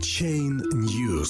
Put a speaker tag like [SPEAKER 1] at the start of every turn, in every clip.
[SPEAKER 1] Chain News.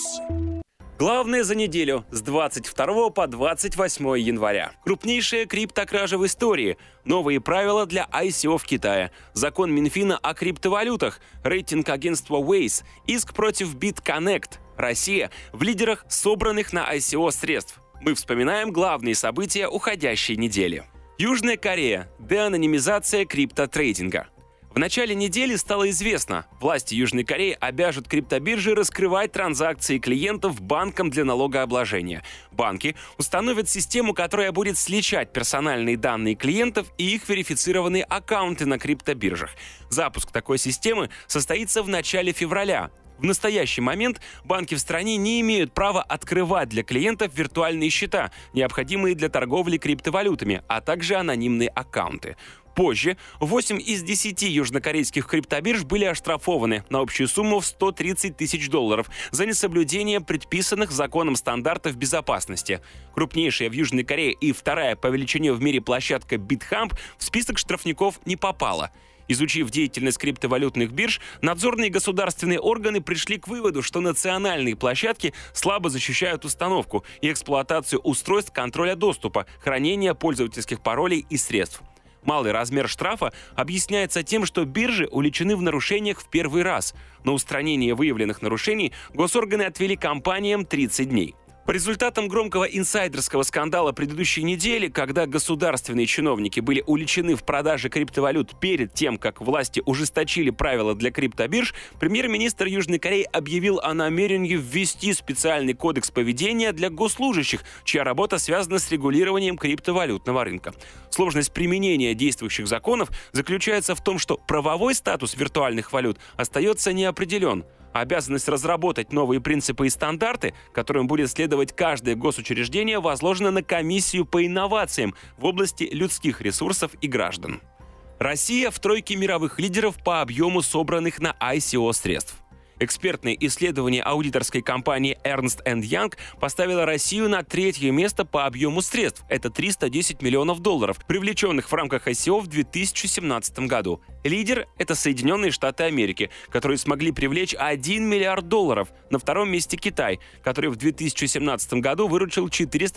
[SPEAKER 2] Главное за неделю с 22 по 28 января. Крупнейшая криптокража в истории. Новые правила для ICO в Китае. Закон Минфина о криптовалютах. Рейтинг агентства Waze. Иск против BitConnect. Россия в лидерах собранных на ICO средств. Мы вспоминаем главные события уходящей недели. Южная Корея. Деанонимизация криптотрейдинга. В начале недели стало известно, власти Южной Кореи обяжут криптобиржи раскрывать транзакции клиентов банкам для налогообложения. Банки установят систему, которая будет сличать персональные данные клиентов и их верифицированные аккаунты на криптобиржах. Запуск такой системы состоится в начале февраля. В настоящий момент банки в стране не имеют права открывать для клиентов виртуальные счета, необходимые для торговли криптовалютами, а также анонимные аккаунты. Позже 8 из 10 южнокорейских криптобирж были оштрафованы на общую сумму в $130 тысяч за несоблюдение предписанных законом стандартов безопасности. Крупнейшая в Южной Корее и вторая по величине в мире площадка BitHump в список штрафников не попала. Изучив деятельность криптовалютных бирж, надзорные государственные органы пришли к выводу, что национальные площадки слабо защищают установку и эксплуатацию устройств контроля доступа, хранения пользовательских паролей и средств. Малый размер штрафа объясняется тем, что биржи уличены в нарушениях в первый раз. На устранение выявленных нарушений госорганы отвели компаниям 30 дней. По результатам громкого инсайдерского скандала предыдущей недели, когда государственные чиновники были уличены в продаже криптовалют перед тем, как власти ужесточили правила для криптобирж, премьер-министр Южной Кореи объявил о намерении ввести специальный кодекс поведения для госслужащих, чья работа связана с регулированием криптовалютного рынка. Сложность применения действующих законов заключается в том, что правовой статус виртуальных валют остается неопределен. Обязанность разработать новые принципы и стандарты, которым будет следовать каждое госучреждение, возложена на комиссию по инновациям в области людских ресурсов и граждан. Россия в тройке мировых лидеров по объему собранных на ICO средств. Экспертное исследование аудиторской компании Ernst & Young поставило Россию на третье место по объему средств. Это $310 миллионов, привлеченных в рамках ICO в 2017 году. Лидер — это Соединенные Штаты Америки, которые смогли привлечь $1 миллиард. На втором месте Китай, который в 2017 году выручил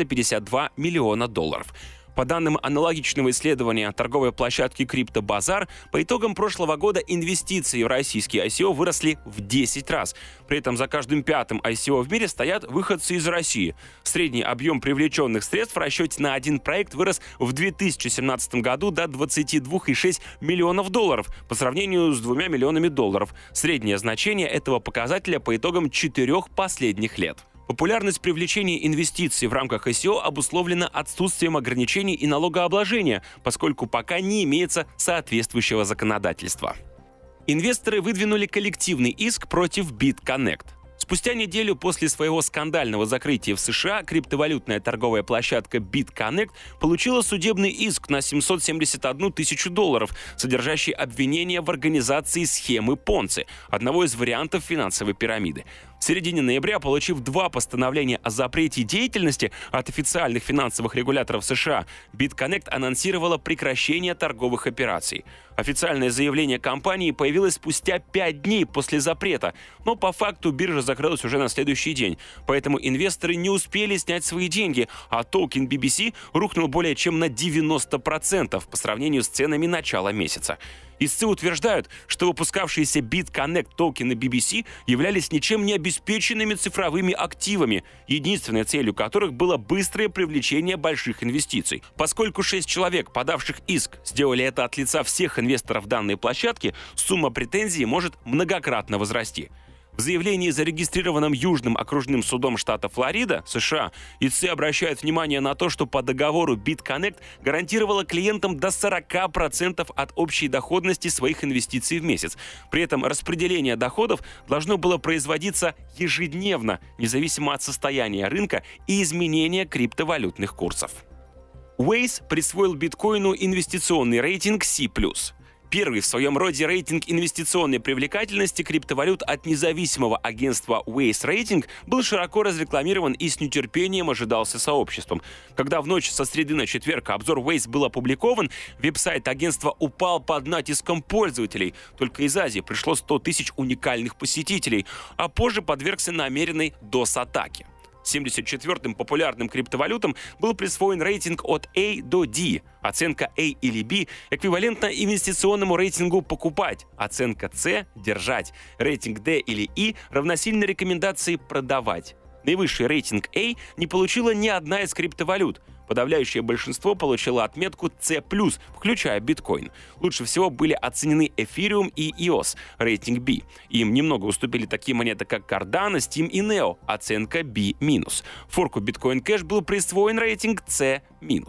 [SPEAKER 2] $452 миллиона. По данным аналогичного исследования торговой площадки CryptoBazaar, по итогам прошлого года инвестиции в российские ICO выросли в 10 раз. При этом за каждым пятым ICO в мире стоят выходцы из России. Средний объем привлеченных средств в расчете на один проект вырос в 2017 году до $22,6 миллионов по сравнению с $2 миллионами. Среднее значение этого показателя по итогам 4 последних лет. Популярность привлечения инвестиций в рамках ICO обусловлена отсутствием ограничений и налогообложения, поскольку пока не имеется соответствующего законодательства. Инвесторы выдвинули коллективный иск против BitConnect. Спустя неделю после своего скандального закрытия в США криптовалютная торговая площадка BitConnect получила судебный иск на $771 тысячу, содержащий обвинения в организации схемы Понци, одного из вариантов финансовой пирамиды. В середине ноября, получив 2 постановления о запрете деятельности от официальных финансовых регуляторов США, BitConnect анонсировала прекращение торговых операций. Официальное заявление компании появилось спустя 5 дней после запрета, но по факту биржа закрылась уже на следующий день, поэтому инвесторы не успели снять свои деньги, а токен BBC рухнул более чем на 90% по сравнению с ценами начала месяца. Истцы утверждают, что выпускавшиеся BitConnect токены BBC являлись ничем не обеспеченными цифровыми активами, единственной целью которых было быстрое привлечение больших инвестиций. Поскольку 6 человек, подавших иск, сделали это от лица всех инвесторов данной площадки, сумма претензий может многократно возрасти. В заявлении, зарегистрированном Южным окружным судом штата Флорида, США, истцы обращают внимание на то, что по договору BitConnect гарантировала клиентам до 40% от общей доходности своих инвестиций в месяц. При этом распределение доходов должно было производиться ежедневно, независимо от состояния рынка и изменения криптовалютных курсов. Waze присвоил биткоину инвестиционный рейтинг C+. Первый в своем роде рейтинг инвестиционной привлекательности криптовалют от независимого агентства Waze Rating был широко разрекламирован и с нетерпением ожидался сообществом. Когда в ночь со среды на четверг обзор Waze был опубликован, веб-сайт агентства упал под натиском пользователей. Только из Азии пришло 100 тысяч уникальных посетителей, а позже подвергся намеренной DOS-атаке. 74-м популярным криптовалютам был присвоен рейтинг от A до D. Оценка A или B эквивалентна инвестиционному рейтингу «покупать», оценка C – «держать», рейтинг D или E равносильно рекомендации «продавать». Наивысший рейтинг A не получила ни одна из криптовалют. Подавляющее большинство получило отметку C+, включая биткоин. Лучше всего были оценены Ethereum и EOS, рейтинг B. Им немного уступили такие монеты, как Cardano, Steam и Neo, оценка B-. Форку Bitcoin Cash был присвоен рейтинг C-.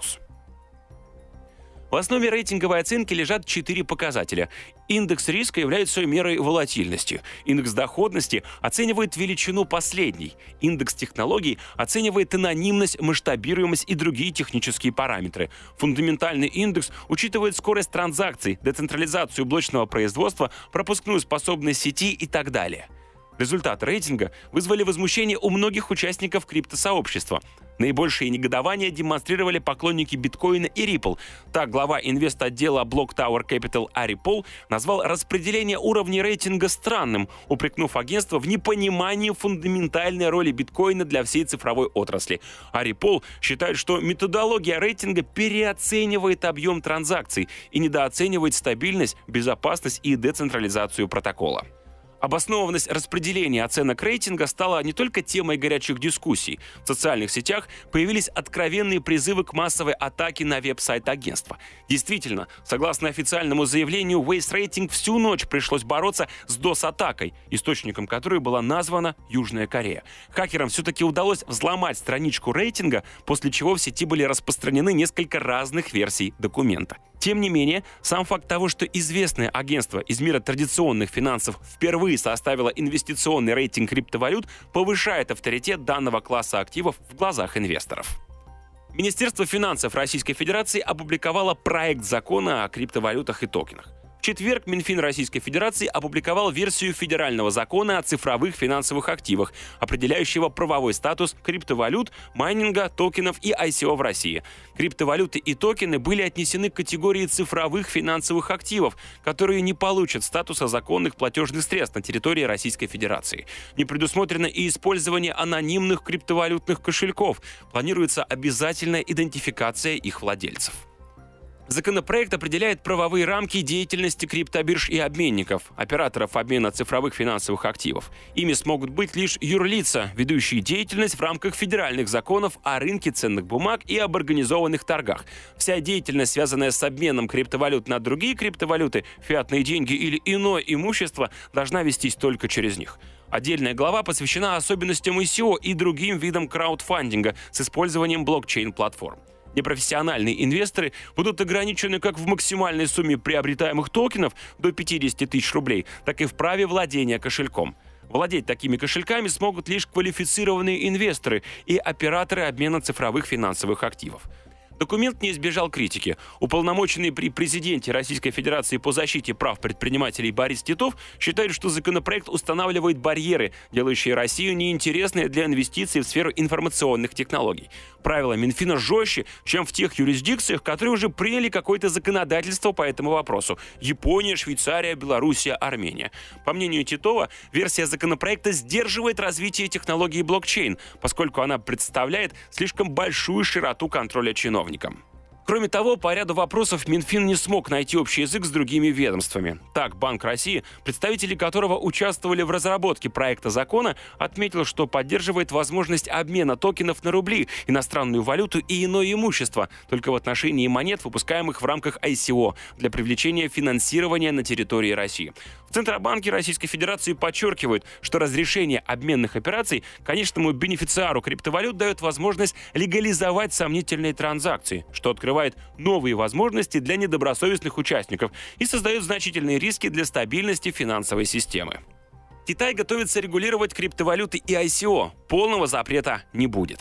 [SPEAKER 2] В основе рейтинговой оценки лежат 4 показателя. Индекс риска является мерой волатильности. Индекс доходности оценивает величину последней. Индекс технологий оценивает анонимность, масштабируемость и другие технические параметры. Фундаментальный индекс учитывает скорость транзакций, децентрализацию блочного производства, пропускную способность сети и так далее. Результаты рейтинга вызвали возмущение у многих участников криптосообщества. Наибольшее негодование демонстрировали поклонники биткоина и Ripple. Так, глава инвест-отдела Block Tower Capital Ари Пол назвал распределение уровней рейтинга странным, упрекнув агентство в непонимании фундаментальной роли биткоина для всей цифровой отрасли. Ари Пол считает, что методология рейтинга переоценивает объем транзакций и недооценивает стабильность, безопасность и децентрализацию протокола. Обоснованность распределения оценок рейтинга стала не только темой горячих дискуссий. В социальных сетях появились откровенные призывы к массовой атаке на веб-сайт агентства. Действительно, согласно официальному заявлению, Waze Rating всю ночь пришлось бороться с DOS-атакой, источником которой была названа Южная Корея. Хакерам все-таки удалось взломать страничку рейтинга, после чего в сети были распространены несколько разных версий документа. Тем не менее, сам факт того, что известное агентство из мира традиционных финансов впервые составило инвестиционный рейтинг криптовалют, повышает авторитет данного класса активов в глазах инвесторов. Министерство финансов Российской Федерации опубликовало проект закона о криптовалютах и токенах. В четверг Минфин Российской Федерации опубликовал версию федерального закона о цифровых финансовых активах, определяющего правовой статус криптовалют, майнинга, токенов и ICO в России. Криптовалюты и токены были отнесены к категории цифровых финансовых активов, которые не получат статуса законных платежных средств на территории Российской Федерации. Не предусмотрено и использование анонимных криптовалютных кошельков. Планируется обязательная идентификация их владельцев. Законопроект определяет правовые рамки деятельности криптобирж и обменников, операторов обмена цифровых финансовых активов. Ими смогут быть лишь юрлица, ведущие деятельность в рамках федеральных законов о рынке ценных бумаг и об организованных торгах. Вся деятельность, связанная с обменом криптовалют на другие криптовалюты, фиатные деньги или иное имущество, должна вестись только через них. Отдельная глава посвящена особенностям ICO и другим видам краудфандинга с использованием блокчейн-платформ. Непрофессиональные инвесторы будут ограничены как в максимальной сумме приобретаемых токенов до 50 тысяч рублей, так и в праве владения кошельком. Владеть такими кошельками смогут лишь квалифицированные инвесторы и операторы обмена цифровых финансовых активов. Документ не избежал критики. Уполномоченный при президенте Российской Федерации по защите прав предпринимателей Борис Титов считает, что законопроект устанавливает барьеры, делающие Россию неинтересной для инвестиций в сферу информационных технологий. Правила Минфина жестче, чем в тех юрисдикциях, которые уже приняли какое-то законодательство по этому вопросу: Япония, Швейцария, Белоруссия, Армения. По мнению Титова, версия законопроекта сдерживает развитие технологии блокчейн, поскольку она представляет слишком большую широту контроля чиновников. Кроме того, по ряду вопросов Минфин не смог найти общий язык с другими ведомствами. Так, Банк России, представители которого участвовали в разработке проекта закона, отметил, что поддерживает возможность обмена токенов на рубли, иностранную валюту и иное имущество, только в отношении монет, выпускаемых в рамках ICO, для привлечения финансирования на территории России. В Центробанке Российской Федерации подчеркивают, что разрешение обменных операций конечному бенефициару криптовалют дает возможность легализовать сомнительные транзакции, что открывает новые возможности для недобросовестных участников и создает значительные риски для стабильности финансовой системы. Китай готовится регулировать криптовалюты и ICO. Полного запрета не будет.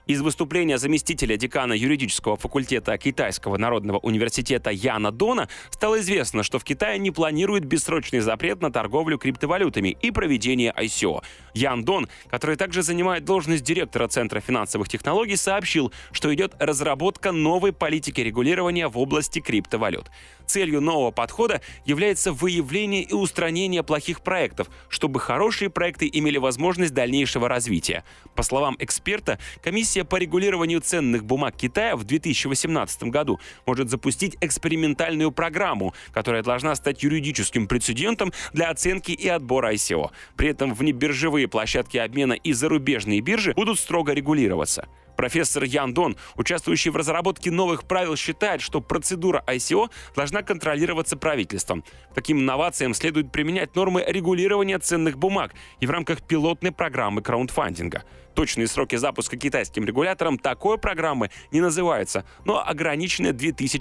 [SPEAKER 2] Из выступления заместителя декана юридического факультета Китайского народного университета Яна Дона стало известно, что в Китае не планирует бессрочный запрет на торговлю криптовалютами и проведение ICO. Ян Дон, который также занимает должность директора Центра финансовых технологий, сообщил, что идет разработка новой политики регулирования в области криптовалют. Целью нового подхода является выявление и устранение плохих проектов, чтобы хорошие проекты имели возможность дальнейшего развития. По словам эксперта, комиссия по регулированию ценных бумаг Китая в 2018 году может запустить экспериментальную программу, которая должна стать юридическим прецедентом для оценки и отбора ICO. При этом внебиржевые площадки обмена и зарубежные биржи будут строго регулироваться. Профессор Ян Дон, участвующий в разработке новых правил, считает, что процедура ICO должна контролироваться правительством. К таким инновациям следует применять нормы регулирования ценных бумаг и в рамках пилотной программы краундфандинга. Точные сроки запуска китайским регулятором такой программы не называются, но ограничены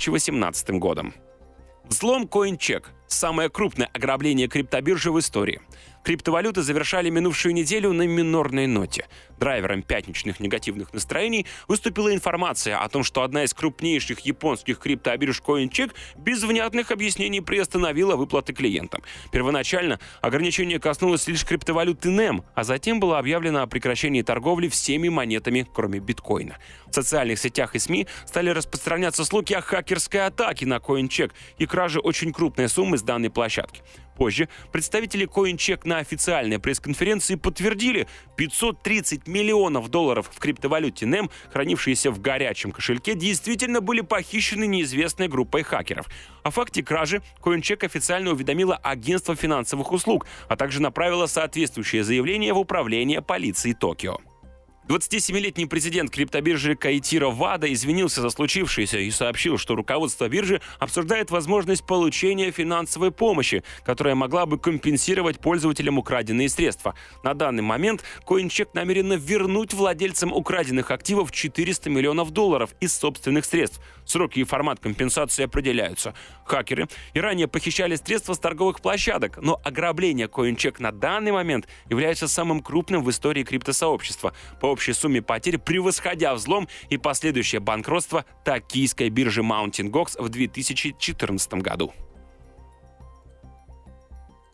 [SPEAKER 2] 2018 годом. Взлом CoinCheck – самое крупное ограбление криптобиржи в истории. Криптовалюты завершали минувшую неделю на минорной ноте. Драйвером пятничных негативных настроений выступила информация о том, что одна из крупнейших японских криптобирж CoinCheck без внятных объяснений приостановила выплаты клиентам. Первоначально ограничение коснулось лишь криптовалюты NEM, а затем было объявлено о прекращении торговли всеми монетами, кроме биткоина. В социальных сетях и СМИ стали распространяться слухи о хакерской атаке на CoinCheck и краже очень крупной суммы с данной площадки. Позже представители CoinCheck на официальной пресс-конференции подтвердили, 530 миллионов долларов в криптовалюте NEM, хранившиеся в горячем кошельке, действительно были похищены неизвестной группой хакеров. О факте кражи CoinCheck официально уведомила агентство финансовых услуг, а также направила соответствующее заявление в управление полиции Токио. 27-летний президент криптобиржи Кайтиро Вада извинился за случившееся и сообщил, что руководство биржи обсуждает возможность получения финансовой помощи, которая могла бы компенсировать пользователям украденные средства. На данный момент CoinCheck намерена вернуть владельцам украденных активов 400 миллионов долларов из собственных средств. Сроки и формат компенсации определяются. Хакеры и ранее похищали средства с торговых площадок, но ограбление CoinCheck на данный момент является самым крупным в истории криптосообщества, по общей сумме потерь превосходя взлом и последующее банкротство токийской биржи Mt. Gox в 2014 году.